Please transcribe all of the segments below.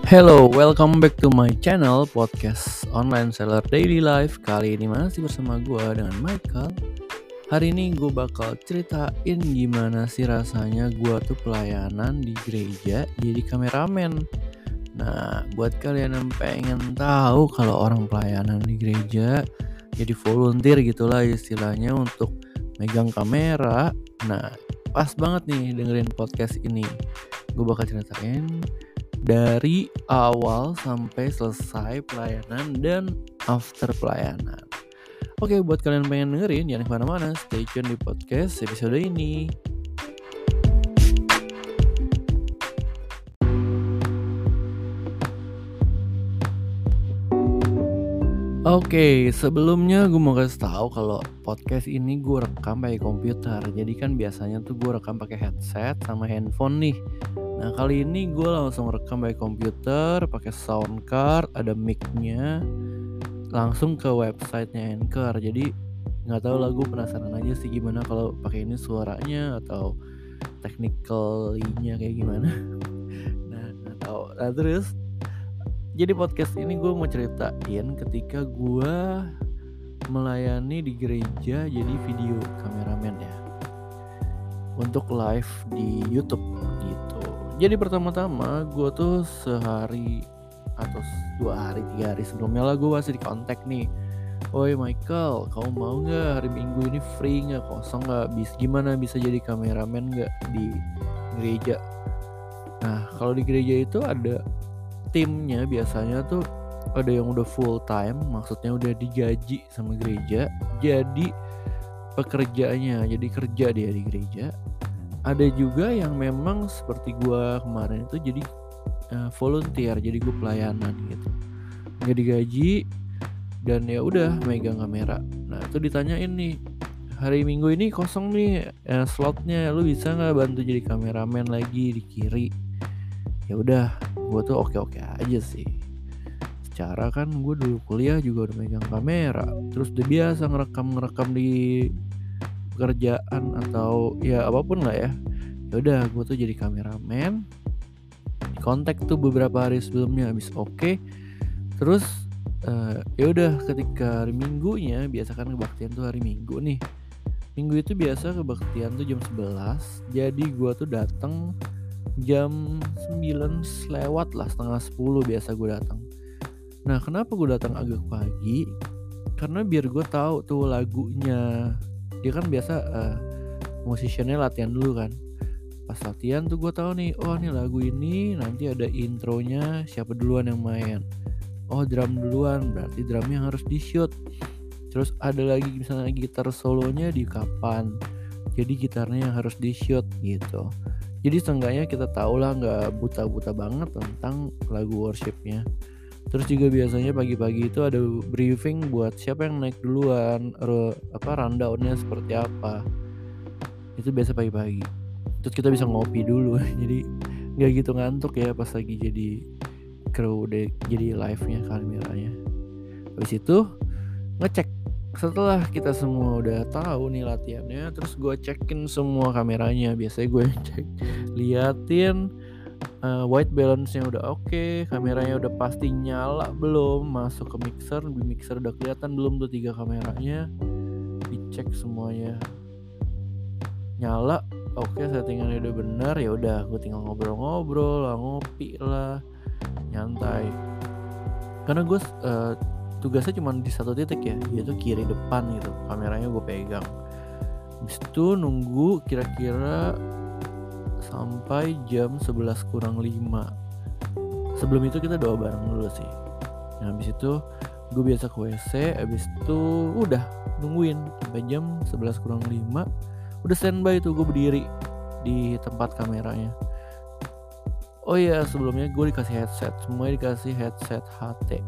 Hello, welcome back to my channel podcast online seller daily life. Kali ini masih bersama gue dengan Michael. Hari ini gue bakal ceritain gimana sih rasanya gue tuh pelayanan di gereja jadi kameramen. Nah, buat kalian yang pengen tahu kalau orang pelayanan di gereja jadi volunteer gitulah istilahnya untuk megang kamera. Nah, pas banget nih dengerin podcast ini. Gue bakal ceritain dari awal sampai selesai pelayanan dan after pelayanan. Oke, buat kalian pengen dengerin jangan kemana-mana, stay tune di podcast episode ini. Oke, sebelumnya gue mau kasih tahu kalau podcast ini gue rekam pakai komputer. Jadi kan biasanya tuh gue rekam pakai headset sama handphone nih. Nah, kali ini gue langsung rekam pakai komputer, pakai sound card, ada mic-nya, langsung ke websitenya Anchor. Jadi nggak tahu lah, gue penasaran aja sih gimana kalau pakai ini suaranya atau technically-nya kayak gimana. Nah, nggak tahu. Nah, terus jadi podcast ini gue mau ceritain ketika gue melayani di gereja jadi video kameramen ya, untuk live di YouTube gitu. Jadi pertama-tama gue tuh sehari atau 2 hari 3 hari sebelumnya lah gue masih di kontak nih. Oi Michael, kamu mau gak hari Minggu ini free gak, kosong gak, gimana bisa jadi kameramen gak di gereja. Nah, kalau di gereja itu ada timnya, biasanya tuh ada yang udah full time, maksudnya udah digaji sama gereja jadi pekerjaannya, jadi kerja dia di gereja. Ada juga yang memang seperti gua kemarin itu jadi volunteer, jadi gue pelayanan gitu, nggak digaji dan ya udah megang kamera. Nah, itu ditanyain nih, hari Minggu ini kosong nih slotnya, lu bisa nggak bantu jadi kameramen lagi di kiri. Ya udah, gue tuh oke aja sih. Secara kan gue dulu kuliah juga udah megang kamera, terus udah biasa ngerekam di pekerjaan atau ya apapun lah ya. Ya udah, gue tuh jadi kameramen. Kontak tuh beberapa hari sebelumnya, habis oke. Terus ya udah, ketika hari Minggunya, biasa kan kebaktian tuh hari Minggu nih. Minggu itu biasa kebaktian tuh jam 11. Jadi gue tuh datang jam 9 lewat lah, setengah 10 biasa gue datang. Nah, kenapa gue datang agak pagi? Karena biar gue tahu tuh lagunya. Dia kan biasa musiciannya latihan dulu kan. Pas latihan tuh gue tahu nih, oh nih lagu ini nanti ada intronya, siapa duluan yang main. Oh, drum duluan, berarti drumnya harus di shoot. Terus ada lagi misalnya gitar solonya di kapan, jadi gitarnya yang harus di shoot gitu. Jadi seenggaknya kita tahu lah, nggak buta-buta banget tentang lagu worshipnya. Terus juga biasanya pagi-pagi itu ada briefing buat siapa yang naik duluan, rundownnya seperti apa. Itu biasa pagi-pagi. Terus kita bisa ngopi dulu, jadi nggak gitu ngantuk ya pas lagi jadi kru deh, jadi live-nya kameranya. Habis itu ngecek. Setelah kita semua udah tahu nih latihannya, terus gue cekin semua kameranya. Biasanya gue cek, liatin white balance-nya udah oke, kameranya udah pasti nyala belum, masuk ke mixer, di mixer udah kelihatan belum tuh 3 kameranya. Dicek semuanya nyala, oke, settingannya udah benar. Ya udah, gue tinggal ngobrol-ngobrol lah, ngopi lah, nyantai. Karena gue tugasnya cuma di satu titik ya, yaitu kiri depan gitu, kameranya gue pegang. Habis itu nunggu kira-kira sampai jam 11 kurang 5. Sebelum itu kita doa bareng dulu sih. Nah, habis itu gue biasa ke WC, habis itu udah nungguin sampai jam 11 kurang 5. Udah standby tuh, gue berdiri di tempat kameranya. Oh iya, sebelumnya gue dikasih headset, semuanya dikasih headset HT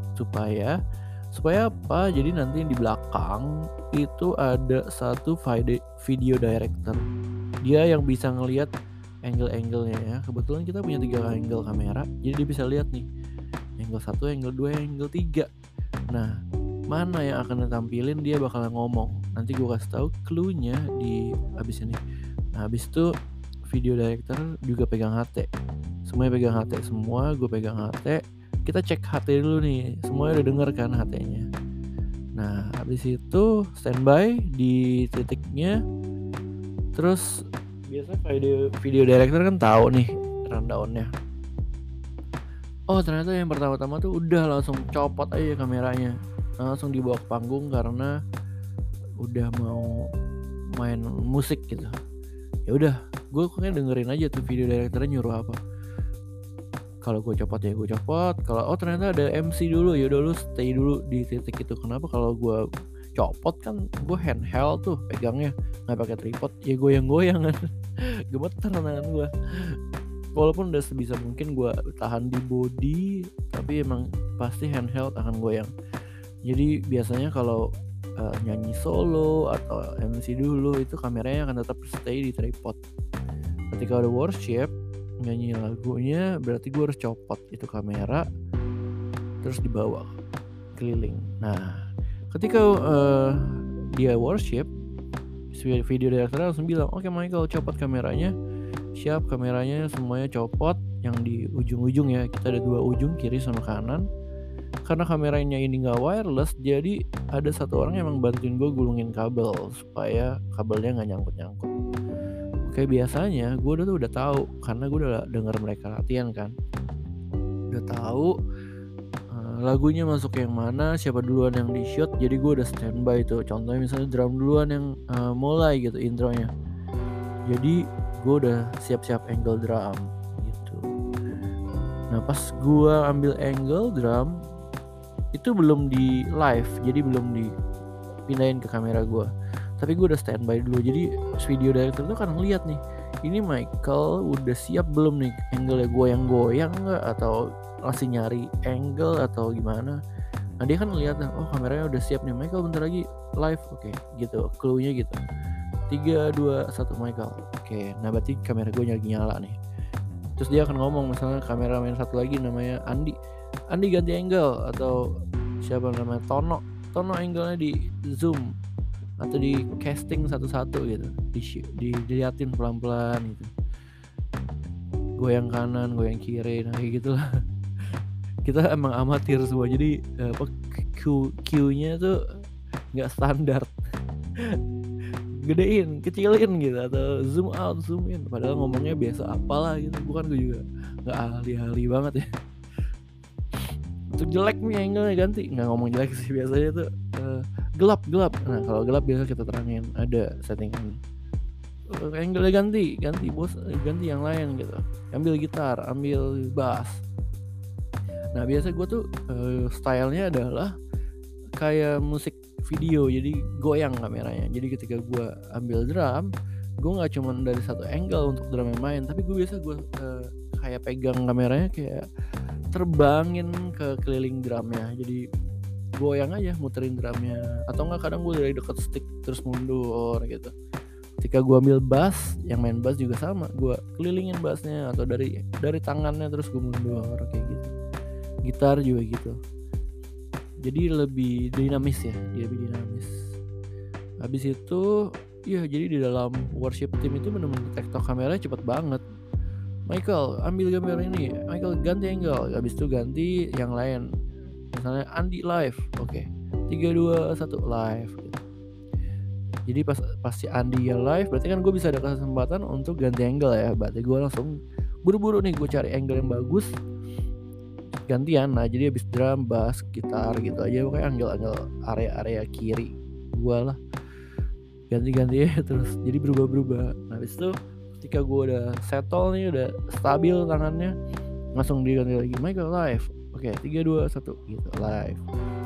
supaya apa? Jadi nanti di belakang itu ada satu video director. Dia yang bisa ngelihat angle-angle-nya ya. Kebetulan kita punya 3 angle kamera, jadi dia bisa lihat nih angle 1, angle 2, angle 3. Nah, mana yang akan ditampilin dia bakalan ngomong. Nanti gue kasih tahu clue-nya di abis ini. Nah, abis itu video director juga pegang HT Semuanya pegang HT semua, gue pegang HT. Kita cek HT dulu nih, semuanya udah denger kan HT-nya. Nah habis itu standby di titiknya. Terus biasanya video director kan tahu nih rundown-nya. Oh ternyata yang pertama-tama tuh udah langsung copot aja kameranya, langsung dibawa ke panggung karena udah mau main musik gitu. Ya udah, gue kayaknya dengerin aja tuh video directornya nyuruh apa. Kalau gue copot ya gue copot. Kalau ternyata ada MC dulu, ya udah lu stay dulu di titik itu. Kenapa kalau gue copot kan gue handheld tuh pegangnya, nggak pakai tripod, ya goyang-goyang kan. Gemeter tangan gue. Walaupun udah sebisa mungkin gue tahan di body, tapi emang pasti handheld akan goyang. Jadi biasanya kalau nyanyi solo atau MC dulu itu kameranya akan tetap stay di tripod. Ketika ada worship nyanyi lagunya, berarti gue harus copot itu kamera terus dibawa keliling. Nah ketika dia worship, video director langsung bilang, oke Michael, copot kameranya. Siap, kameranya semuanya copot. Yang di ujung-ujung ya, kita ada 2 ujung, kiri sama kanan. Karena kameranya ini gak wireless, jadi ada satu orang yang emang bantuin gue gulungin kabel supaya kabelnya gak nyangkut-nyangkut. Oke, biasanya gue udah tahu karena gue udah denger mereka latihan kan. Udah tahu lagunya masuk yang mana, siapa duluan yang di shoot. Jadi gue udah standby tuh. Contohnya misalnya drum duluan yang mulai gitu intronya. Jadi gue udah siap-siap angle drum gitu. Nah pas gue ambil angle drum itu belum di live, jadi belum dipindahin ke kamera gue, tapi gue udah standby dulu. Jadi video director tuh kan ngeliat nih, ini Michael udah siap belum nih, angle-nya goyang-goyang nggak atau masih nyari angle atau gimana. Nah dia kan ngeliat, oh kameranya udah siap nih, Michael bentar lagi live, oke gitu, clue-nya gitu. 3, 2, 1 Michael. Oke, nah berarti kamera gue lagi nyala nih. Terus dia akan ngomong, misalnya kameramen satu lagi namanya Andi ganti angle, atau siapa namanya Tono angle-nya di zoom atau di casting satu-satu gitu, diliatin pelan-pelan gitu, goyang kanan, goyang kiri, nah kayak gitulah. Kita emang amatir semua, jadi Q-nya tuh nggak standar. Gedein, kecilin gitu, atau zoom out, zoom in, padahal ngomongnya biasa apalah gitu. Bukan, gue juga nggak ahli banget ya. Untuk jelek nih angle-nya ganti, nggak ngomong jelek sih biasanya tuh gelap. Nah kalau gelap biasa kita terangin, ada settingan. Angle-nya ganti bos, ganti yang lain gitu. Ambil gitar, ambil bass. Nah biasa gue tuh stylenya adalah kayak musik video, jadi goyang kameranya. Jadi ketika gue ambil drum, gue nggak cuma dari satu angle untuk drum yang main, tapi gue biasa kayak pegang kameranya, kayak terbangin ke keliling drumnya, jadi goyang aja, muterin drumnya. Atau nggak kadang gue dari deket stick terus mundur gitu. Ketika gue ambil bass, yang main bass juga sama, gue kelilingin bassnya, atau dari tangannya terus gue mundur kayak gitu. Gitar juga gitu. Jadi lebih dinamis ya, dia lebih dinamis. Habis itu, ya jadi di dalam worship team itu benar-benar tektok kameranya cepet banget. Michael ambil gambar ini, Michael ganti angle, habis itu ganti yang lain. Misalnya Andi live, oke. 3, 2, 1 live. Gitu. Jadi pas si Andi ya live, berarti kan gue bisa ada kesempatan untuk ganti angle ya. Berarti gue langsung buru-buru nih, gue cari angle yang bagus, gantian. Nah jadi habis drum, bass, gitar gitu aja, pokoknya angle area kiri gue lah ganti ya, terus jadi berubah. Nah habis itu ketika gue udah settle nih, udah stabil tangannya, langsung diganti lagi, Michael live, oke, 3, 2, 1 gitu, live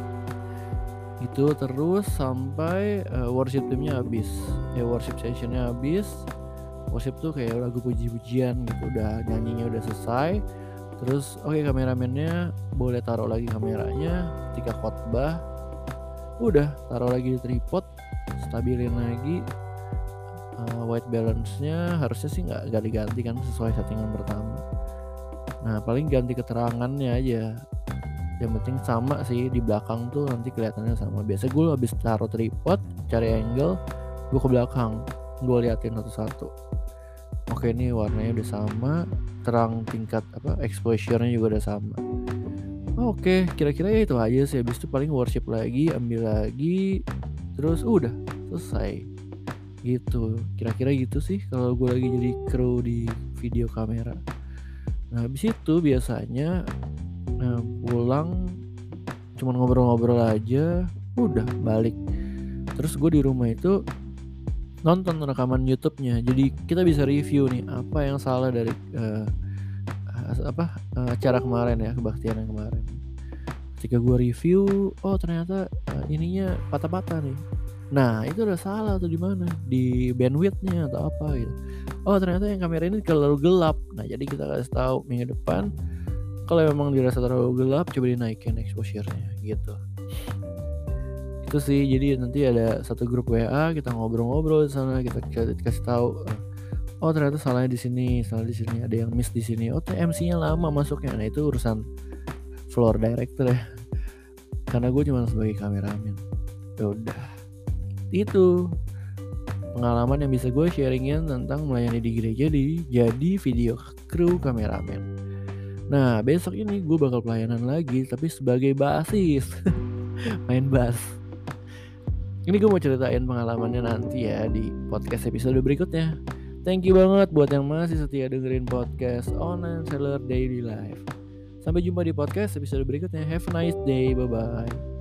gitu terus sampai worship teamnya habis ya, worship sessionnya habis. Worship tuh kayak lagu puji-pujian gitu, udah nyanyinya udah selesai. Terus oke, kameramennya boleh taruh lagi kameranya. Ketika khotbah udah taruh lagi di tripod, stabilin lagi. White balance-nya harusnya sih nggak diganti kan, sesuai settingan pertama. Nah paling ganti keterangannya aja, yang penting sama sih, di belakang tuh nanti kelihatannya sama. Biasa gue habis taruh tripod, cari angle, gue ke belakang, gue liatin satu-satu. Oke, ini warnanya udah sama, terang tingkat exposure-nya juga udah sama. Oke, kira-kira ya itu aja sih. Habis itu paling worship lagi, ambil lagi, terus udah selesai. Gitu. Kira-kira gitu sih kalau gue lagi jadi kru di video kamera. Nah, habis itu biasanya pulang cuman ngobrol-ngobrol aja, udah balik. Terus gue di rumah itu nonton rekaman YouTube-nya. Jadi kita bisa review nih apa yang salah dari acara kemarin ya, kebaktian yang kemarin. Ketika gue review, oh ternyata ininya patah-patah nih. Nah itu udah salah tuh di mana? Di bandwidth-nya atau apa gitu. Oh ternyata yang kamera ini terlalu gelap. Nah jadi kita kasih tahu minggu depan kalau memang dirasa terlalu gelap, coba dinaikin exposure-nya gitu. Itu sih, jadi nanti ada satu grup WA, kita ngobrol-ngobrol di sana, kita kasih tahu. Oh ternyata salahnya di sini, salah di sini, ada yang miss di sini. Oh MC-nya lama masuknya. Nah itu urusan floor director ya. Karena gue cuma sebagai kameramen. Ya udah. Itu pengalaman yang bisa gue sharingin tentang melayani di gereja jadi video kru kameramen. Nah besok ini gue bakal pelayanan lagi, tapi sebagai basis. Main bass. Ini gue mau ceritain pengalamannya nanti ya di podcast episode berikutnya. Thank you banget buat yang masih setia dengerin podcast Online Seller Daily Life. Sampai jumpa di podcast episode berikutnya. Have a nice day. Bye-bye.